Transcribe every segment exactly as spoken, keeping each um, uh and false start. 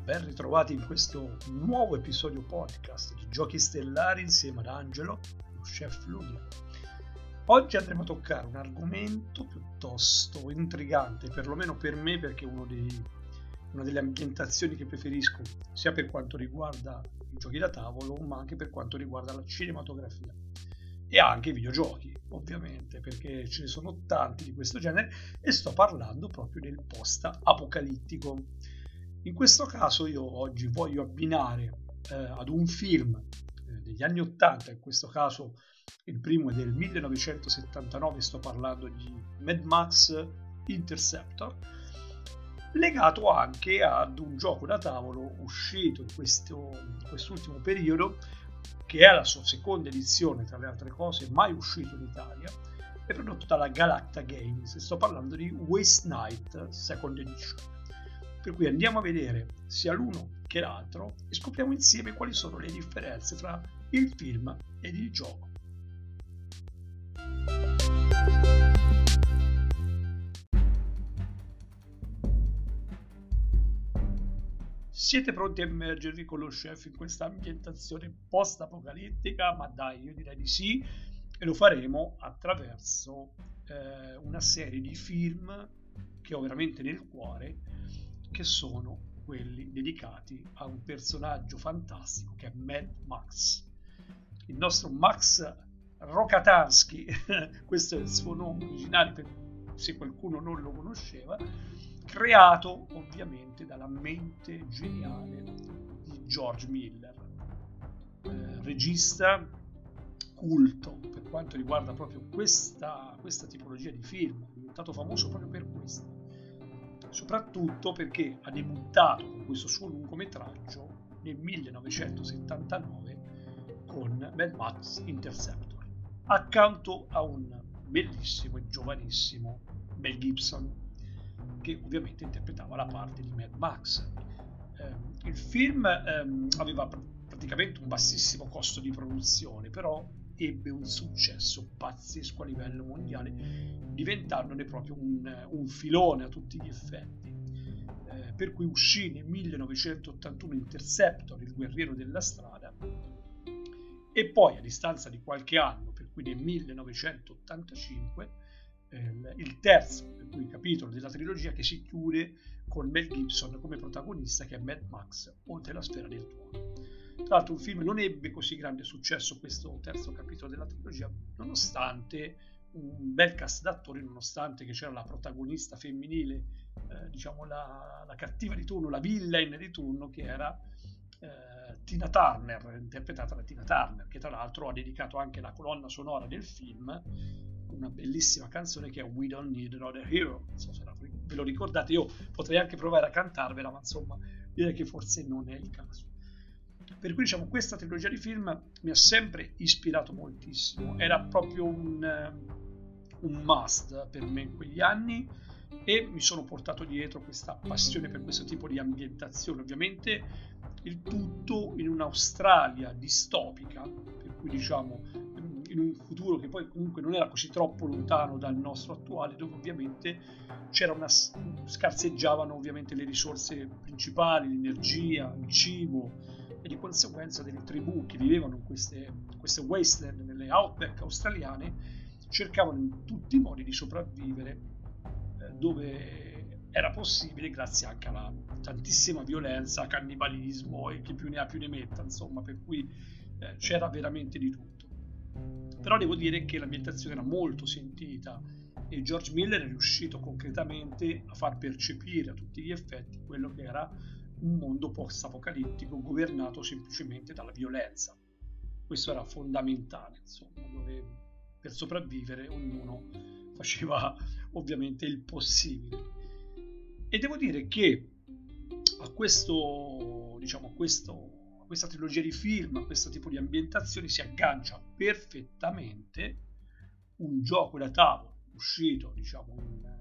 Ben ritrovati in questo nuovo episodio podcast di Giochi Stellari insieme ad Angelo, lo chef Ludia. Oggi andremo a toccare un argomento piuttosto intrigante, perlomeno per me, perché è uno dei, una delle ambientazioni che preferisco, sia per quanto riguarda i giochi da tavolo, ma anche per quanto riguarda la cinematografia e anche i videogiochi, ovviamente, perché ce ne sono tanti di questo genere e sto parlando proprio del post-apocalittico. In questo caso io oggi voglio abbinare eh, ad un film eh, degli anni ottanta, in questo caso il primo è del millenovecentosettantanove, sto parlando di Mad Max Interceptor, legato anche ad un gioco da tavolo uscito in, questo, in quest'ultimo periodo, che è la sua seconda edizione, tra le altre cose, mai uscito in Italia, è prodotto dalla Galacta Games, sto parlando di Waste Night Second Edition. Per cui andiamo a vedere sia l'uno che l'altro e scopriamo insieme quali sono le differenze fra il film ed il gioco. Siete pronti a immergervi con lo chef in questa ambientazione post-apocalittica? Ma dai, io direi di sì, e lo faremo attraverso eh, una serie di film che ho veramente nel cuore, che sono quelli dedicati a un personaggio fantastico che è Mad Max. Il nostro Max Rokatansky, questo è il suo nome originale, per, se qualcuno non lo conosceva, creato ovviamente dalla mente geniale di George Miller, eh, regista culto per quanto riguarda proprio questa, questa tipologia di film, è diventato famoso proprio per questo, soprattutto perché ha debuttato con questo suo lungometraggio nel millenovecentosettantanove con Mad Max Interceptor, accanto a un bellissimo e giovanissimo Mel Gibson, che ovviamente interpretava la parte di Mad Max. Eh, il film ehm, aveva pr- praticamente un bassissimo costo di produzione, però ebbe un successo pazzesco a livello mondiale, diventandone proprio un, un filone a tutti gli effetti. Eh, per cui uscì nel millenovecentottantuno Interceptor, il guerriero della strada, e poi a distanza di qualche anno, per cui nel millenovecentottantacinque, il terzo per cui capitolo della trilogia, che si chiude con Mel Gibson come protagonista, che è Mad Max oltre la sfera del tuono. Tra l'altro un film non ebbe così grande successo, questo terzo capitolo della trilogia, nonostante un bel cast d'attori, nonostante che c'era la protagonista femminile, eh, diciamo la, la cattiva di turno, la villain di turno, che era eh, Tina Turner, interpretata da Tina Turner, che tra l'altro ha dedicato anche la colonna sonora del film, una bellissima canzone che è We Don't Need Another Hero. Non so se la, ve lo ricordate, io potrei anche provare a cantarvela, ma insomma direi che forse non è il caso. Per cui diciamo questa trilogia di film mi ha sempre ispirato moltissimo, era proprio un, un must per me in quegli anni, e mi sono portato dietro questa passione per questo tipo di ambientazione, ovviamente il tutto in un'Australia distopica, per cui diciamo in un futuro che poi comunque non era così troppo lontano dal nostro attuale, dove ovviamente c'era una scarseggiavano ovviamente le risorse principali, l'energia, il cibo, e di conseguenza delle tribù che vivevano in queste, queste wasteland, nelle outback australiane, cercavano in tutti i modi di sopravvivere eh, dove era possibile, grazie anche alla tantissima violenza, cannibalismo e chi più ne ha più ne metta, insomma, per cui eh, c'era veramente di tutto. Però devo dire che l'ambientazione era molto sentita e George Miller è riuscito concretamente a far percepire a tutti gli effetti quello che era un mondo post-apocalittico governato semplicemente dalla violenza. Questo era fondamentale, insomma, dove per sopravvivere ognuno faceva ovviamente il possibile. E devo dire che a questo, diciamo, a questo questa trilogia di film, a questo tipo di ambientazioni si aggancia perfettamente un gioco da tavolo uscito, diciamo, in,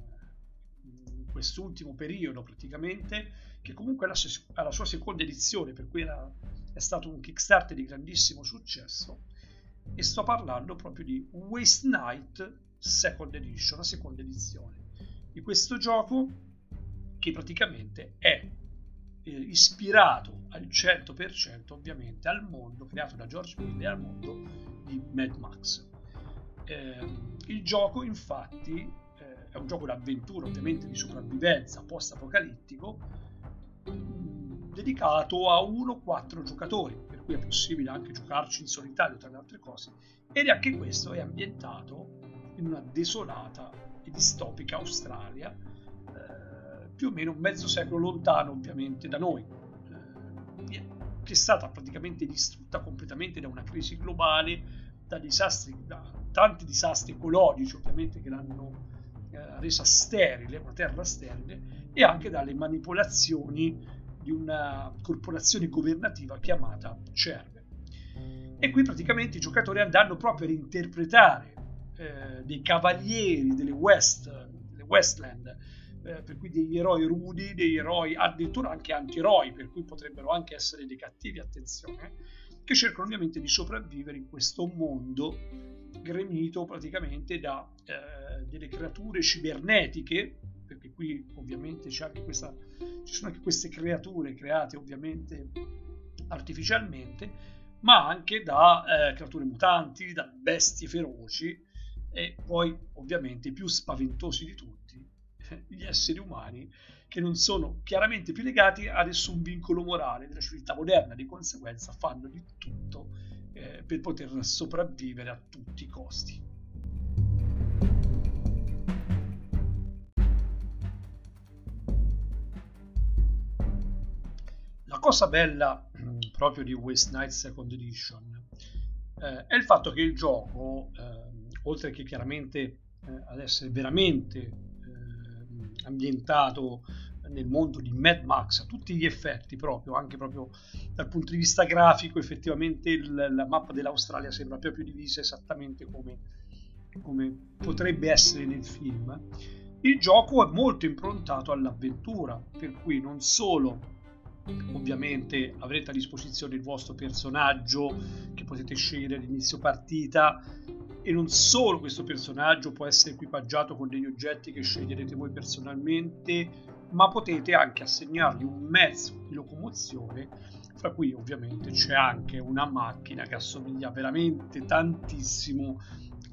in quest'ultimo periodo praticamente, che comunque ha la, ha la sua seconda edizione, per cui era, è stato un Kickstarter di grandissimo successo, e sto parlando proprio di Waste Night Second Edition, la seconda edizione di questo gioco, che praticamente è eh, ispirato al cento per cento ovviamente al mondo creato da George Miller e al mondo di Mad Max. Eh, il gioco infatti eh, è un gioco d'avventura, ovviamente di sopravvivenza post-apocalittico, mh, dedicato a uno o quattro giocatori, per cui è possibile anche giocarci in solitario tra le altre cose, ed anche questo è ambientato in una desolata e distopica Australia, eh, più o meno un mezzo secolo lontano ovviamente da noi, eh, che è stata praticamente distrutta completamente da una crisi globale, da disastri, da tanti disastri ecologici ovviamente che l'hanno eh, resa sterile, una terra sterile, e anche dalle manipolazioni di una corporazione governativa chiamata Cerve. E qui praticamente i giocatori andranno proprio ad interpretare eh, dei cavalieri delle West, delle Westland, eh, per cui degli eroi rudi, degli eroi addirittura anche antieroi, per cui potrebbero anche essere dei cattivi, attenzione, che cercano ovviamente di sopravvivere in questo mondo gremito praticamente da eh, delle creature cibernetiche, perché qui ovviamente c'è anche questa, ci sono anche queste creature create ovviamente artificialmente, ma anche da eh, creature mutanti, da bestie feroci, e poi ovviamente i più spaventosi di tutti, gli esseri umani, che non sono chiaramente più legati a nessun vincolo morale della civiltà moderna, di conseguenza fanno di tutto eh, per poter sopravvivere a tutti i costi. La cosa bella proprio di Waste Night Second Edition eh, è il fatto che il gioco, eh, oltre che chiaramente eh, ad essere veramente eh, ambientato nel mondo di Mad Max a tutti gli effetti, proprio anche proprio dal punto di vista grafico, effettivamente il, la mappa dell'Australia sembra proprio divisa esattamente come, come potrebbe essere nel film. Il gioco è molto improntato all'avventura, per cui non solo ovviamente avrete a disposizione il vostro personaggio che potete scegliere all'inizio partita, e non solo questo personaggio può essere equipaggiato con degli oggetti che sceglierete voi personalmente, ma potete anche assegnargli un mezzo di locomozione, fra cui ovviamente c'è anche una macchina che assomiglia veramente tantissimo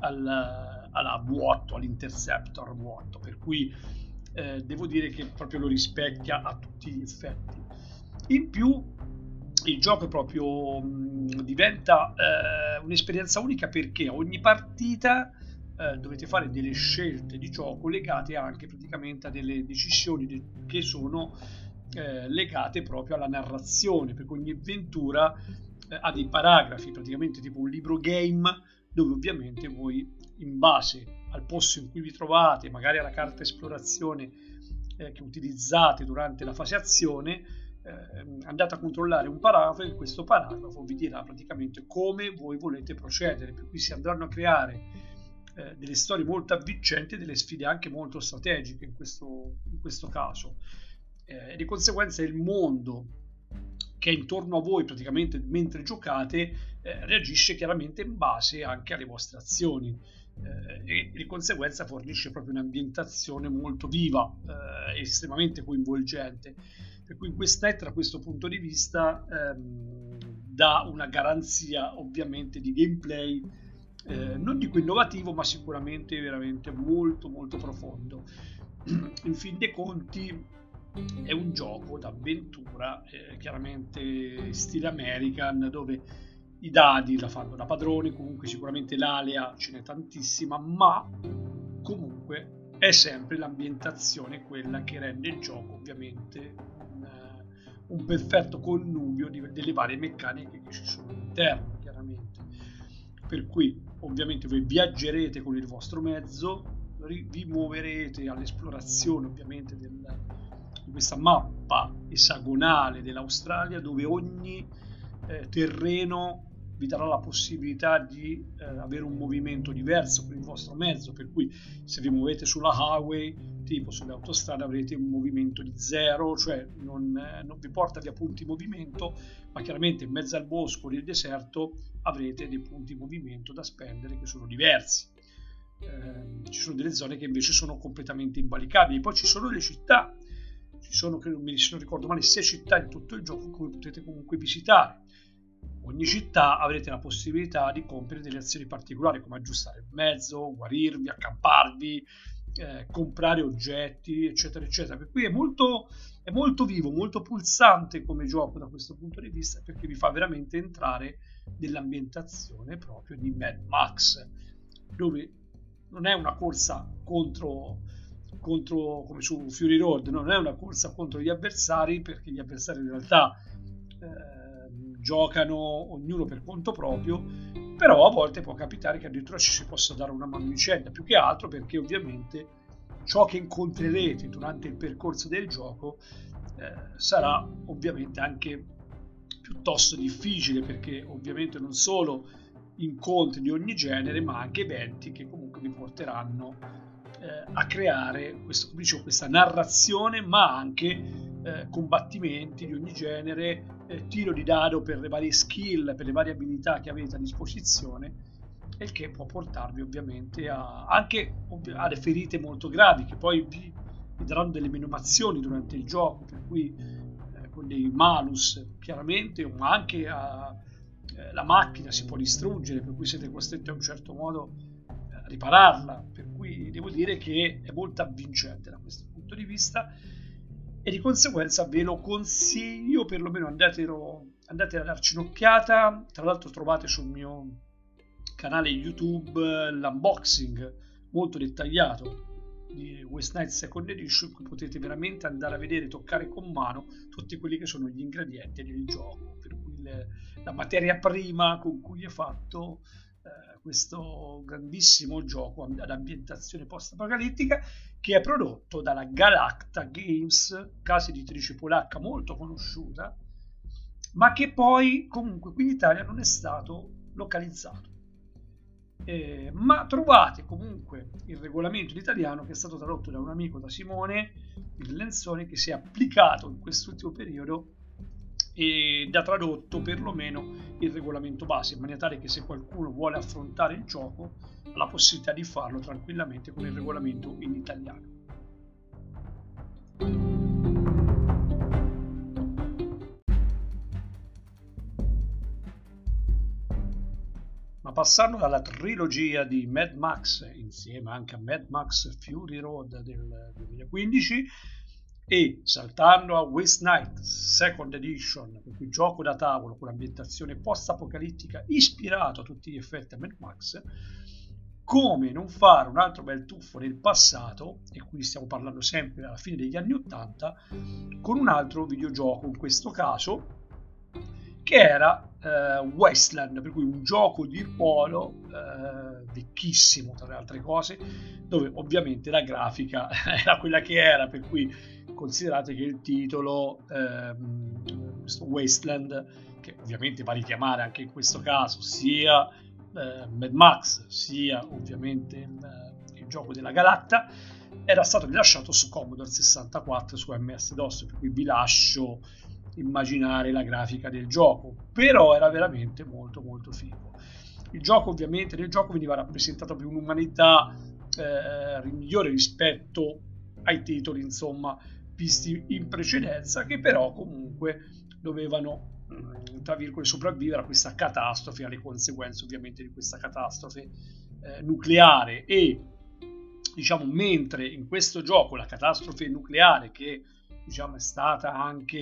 al, alla V otto, all'Interceptor V otto, per cui eh, devo dire che proprio lo rispecchia a tutti gli effetti. In più il gioco proprio mh, diventa eh, un'esperienza unica, perché ogni partita eh, dovete fare delle scelte di gioco legate anche praticamente a delle decisioni de- che sono eh, legate proprio alla narrazione, perché ogni avventura eh, ha dei paragrafi, praticamente tipo un libro game, dove ovviamente voi, in base al posto in cui vi trovate, magari alla carta esplorazione eh, che utilizzate durante la fase azione, Eh, andate a controllare un paragrafo, e questo paragrafo vi dirà praticamente come voi volete procedere, per cui si andranno a creare eh, delle storie molto avvincenti e delle sfide anche molto strategiche in questo, in questo caso, eh, e di conseguenza il mondo che è intorno a voi praticamente mentre giocate eh, reagisce chiaramente in base anche alle vostre azioni, eh, e di conseguenza fornisce proprio un'ambientazione molto viva, eh, estremamente coinvolgente. Per cui Waste Night da questo punto di vista ehm, dà una garanzia ovviamente di gameplay eh, non dico innovativo, ma sicuramente veramente molto molto profondo. In fin dei conti è un gioco d'avventura eh, chiaramente stile American, dove i dadi la fanno da padroni, comunque sicuramente l'alea ce n'è tantissima, ma comunque è sempre l'ambientazione quella che rende il gioco ovviamente un perfetto connubio di, delle varie meccaniche che ci sono all'interno, chiaramente. Per cui ovviamente voi viaggerete con il vostro mezzo, vi muoverete all'esplorazione ovviamente del, di questa mappa esagonale dell'Australia, dove ogni eh, terreno vi darà la possibilità di eh, avere un movimento diverso con il vostro mezzo, per cui se vi muovete sulla highway tipo sulle autostrade avrete un movimento di zero, cioè non, eh, non vi porta via punti movimento, ma chiaramente in mezzo al bosco, nel deserto, avrete dei punti movimento da spendere che sono diversi. Eh, ci sono delle zone che invece sono completamente invalicabili. Poi ci sono le città ci sono, credo, se non ricordo male, sei città in tutto il gioco che potete comunque visitare. Ogni città avrete la possibilità di compiere delle azioni particolari, come aggiustare il mezzo, guarirvi, accamparvi, eh, comprare oggetti, eccetera, eccetera. Per cui è molto, è molto vivo, molto pulsante come gioco da questo punto di vista, perché vi fa veramente entrare nell'ambientazione proprio di Mad Max, dove non è una corsa contro, contro come su Fury Road, non è una corsa contro gli avversari, perché gli avversari in realtà eh, giocano ognuno per conto proprio, però a volte può capitare che addirittura ci si possa dare una mano in vicenda, più che altro perché ovviamente ciò che incontrerete durante il percorso del gioco eh, sarà ovviamente anche piuttosto difficile, perché ovviamente non solo incontri di ogni genere, ma anche eventi che comunque vi porteranno eh, a creare questo, come dicevo, questa narrazione, ma anche eh, combattimenti di ogni genere, eh, tiro di dado per le varie skill, per le varie abilità che avete a disposizione, e il che può portarvi ovviamente a, anche a delle ferite molto gravi, che poi vi, vi daranno delle menomazioni durante il gioco, per cui eh, con dei malus chiaramente, ma anche a, eh, la macchina si può distruggere, per cui siete costretti a un certo modo a ripararla, per cui devo dire che è molto avvincente da questo punto di vista, e di conseguenza ve lo consiglio, perlomeno andatelo, andate a darci un'occhiata. Tra l'altro trovate sul mio canale YouTube l'unboxing molto dettagliato di Waste Night Second Edition, in cui potete veramente andare a vedere, toccare con mano tutti quelli che sono gli ingredienti del gioco, per cui le, la materia prima con cui è fatto eh, questo grandissimo gioco ad ambientazione post-apocalittica, che è prodotto dalla Galacta Games, casa editrice polacca molto conosciuta, ma che poi comunque qui in Italia non è stato localizzato. Eh, ma trovate comunque il regolamento in italiano, che è stato tradotto da un amico, da Simone il Lenzone, che si è applicato in quest'ultimo periodo ed ha tradotto perlomeno il regolamento base, in maniera tale che se qualcuno vuole affrontare il gioco ha la possibilità di farlo tranquillamente con il regolamento in italiano. Ma passando dalla trilogia di Mad Max, insieme anche a Mad Max Fury Road del duemilaquindici, e saltando a Waste Night Second Edition, il gioco da tavolo con ambientazione post-apocalittica ispirato a tutti gli effetti a Mad Max, come non fare un altro bel tuffo nel passato, e qui stiamo parlando sempre alla fine degli anni ottanta, con un altro videogioco, in questo caso, che era eh, Wasteland, per cui un gioco di ruolo eh, vecchissimo tra le altre cose, dove ovviamente la grafica era quella che era, per cui considerate che il titolo, ehm, questo Wasteland, che ovviamente va a richiamare anche in questo caso sia eh, Mad Max sia ovviamente il, il gioco della Galacta, era stato rilasciato su Commodore sessantaquattro, su M S DOS, per cui vi lascio immaginare la grafica del gioco, però era veramente molto molto figo. Il gioco, ovviamente, nel gioco veniva rappresentato più un'umanità eh, migliore rispetto ai titoli, insomma, visti in precedenza, che però comunque dovevano, tra virgolette, sopravvivere a questa catastrofe, alle conseguenze ovviamente di questa catastrofe eh, nucleare. E diciamo, mentre in questo gioco la catastrofe nucleare, che diciamo è stata anche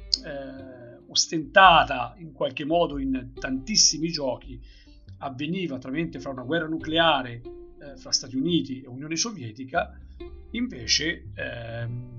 eh, ostentata in qualche modo in tantissimi giochi, avveniva tramite fra una guerra nucleare eh, fra Stati Uniti e Unione Sovietica, invece ehm,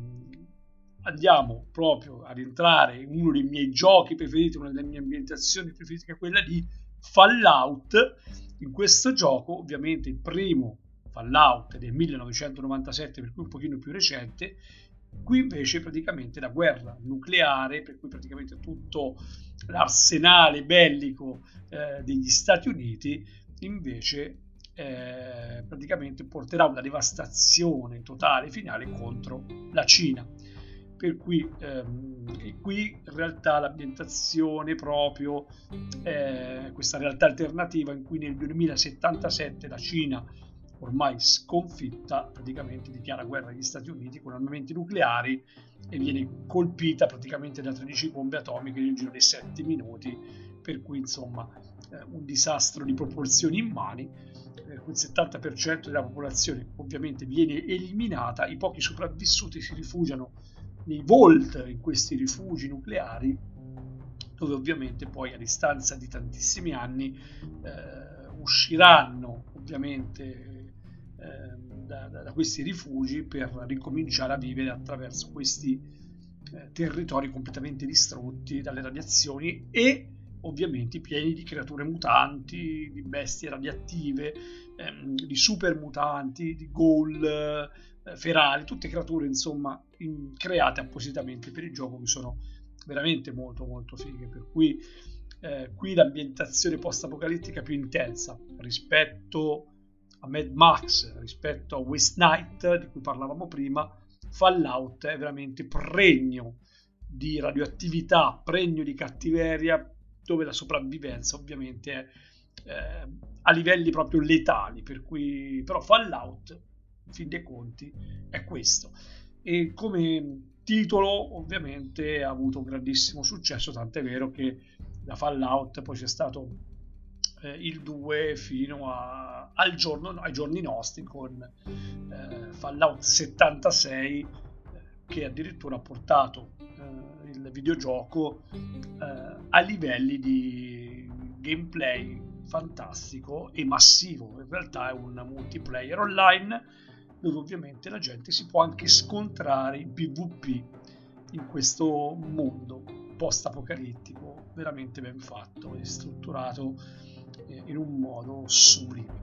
andiamo proprio ad entrare in uno dei miei giochi preferiti, una delle mie ambientazioni preferite, che è quella di Fallout. In questo gioco, ovviamente il primo Fallout del millenovecentonovantasette, per cui un pochino più recente, qui invece praticamente la guerra nucleare, per cui praticamente tutto l'arsenale bellico eh, degli Stati Uniti, invece eh, praticamente porterà una devastazione totale finale contro la Cina. Per cui ehm, qui in realtà l'ambientazione proprio eh, questa realtà alternativa in cui nel duemilasettantasette la Cina ormai sconfitta, praticamente dichiara guerra agli Stati Uniti con armamenti nucleari e viene colpita praticamente da tredici bombe atomiche nel giro di sette minuti, per cui insomma eh, un disastro di proporzioni immani. Eh, il settanta per cento della popolazione ovviamente viene eliminata, i pochi sopravvissuti si rifugiano nei vault, in questi rifugi nucleari, dove ovviamente poi a distanza di tantissimi anni eh, usciranno ovviamente eh, da, da questi rifugi per ricominciare a vivere attraverso questi eh, territori completamente distrutti dalle radiazioni e ovviamente pieni di creature mutanti, di bestie radioattive, ehm, di super mutanti, di ghoul, eh, ferali, tutte creature insomma in, create appositamente per il gioco, che sono veramente molto molto fighe, per cui eh, qui l'ambientazione post-apocalittica più intensa rispetto a Mad Max, rispetto a Waste Night di cui parlavamo prima. Fallout è veramente pregno di radioattività, pregno di cattiveria, dove la sopravvivenza ovviamente è eh, a livelli proprio letali, per cui però Fallout in fin dei conti è questo, e come titolo ovviamente ha avuto un grandissimo successo, tant'è vero che da Fallout poi c'è stato eh, il due fino a, al giorno, ai giorni nostri con eh, Fallout settantasei, eh, che addirittura ha portato eh, il videogioco eh, a livelli di gameplay fantastico e massivo. In realtà è un multiplayer online dove ovviamente la gente si può anche scontrare in PvP in questo mondo post-apocalittico veramente ben fatto e strutturato in un modo sublime.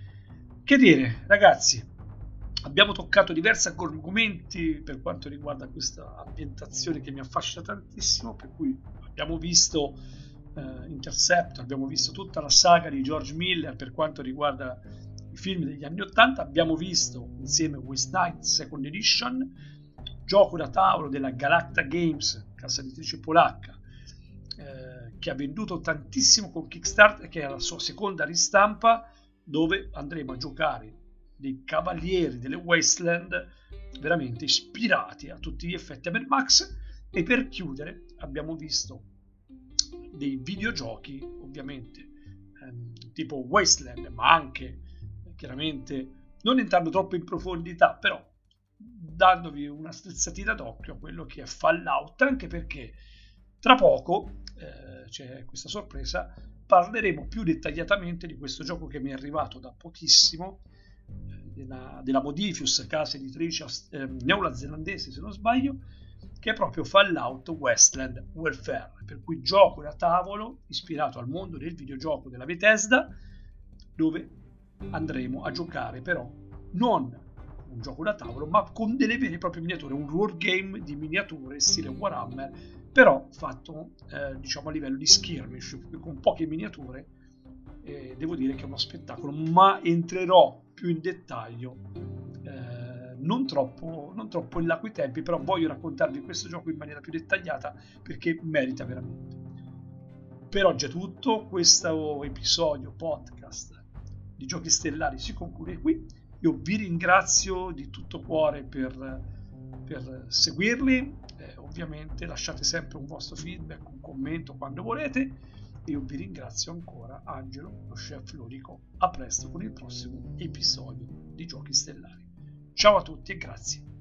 Che dire, ragazzi, abbiamo toccato diversi argomenti per quanto riguarda questa ambientazione che mi affascina tantissimo, per cui abbiamo visto eh, Interceptor, abbiamo visto tutta la saga di George Miller per quanto riguarda i film degli anni ottanta, abbiamo visto insieme Waste Night Second Edition, gioco da tavolo della Galacta Games, casa editrice polacca, eh, che ha venduto tantissimo con Kickstarter, che è la sua seconda ristampa, dove andremo a giocare dei cavalieri delle Wasteland veramente ispirati a tutti gli effetti a Mad Max. E per chiudere abbiamo visto dei videogiochi ovviamente ehm, tipo Wasteland, ma anche chiaramente non entrando troppo in profondità, però dandovi una strizzatina d'occhio a quello che è Fallout, anche perché tra poco eh, c'è questa sorpresa, parleremo più dettagliatamente di questo gioco che mi è arrivato da pochissimo, eh, della, della Modifius, casa editrice eh, neozelandese se non sbaglio, che è proprio Fallout Wasteland Warfare, per cui gioco da tavolo ispirato al mondo del videogioco della Bethesda, dove andremo a giocare però non un gioco da tavolo ma con delle vere e proprie miniature, un wargame di miniature stile Warhammer, però fatto eh, diciamo a livello di skirmish con poche miniature. Eh, devo dire che è uno spettacolo, ma entrerò più in dettaglio eh, non troppo non troppo in là coi tempi, però voglio raccontarvi questo gioco in maniera più dettagliata perché merita veramente. Per oggi è tutto, questo episodio podcast di Giochi Stellari si conclude qui. Io vi ringrazio di tutto cuore per, per seguirli, eh, ovviamente lasciate sempre un vostro feedback, un commento quando volete, e io vi ringrazio ancora. Angelo, lo chef Lorico, a presto con il prossimo episodio di Giochi Stellari. Ciao a tutti e grazie.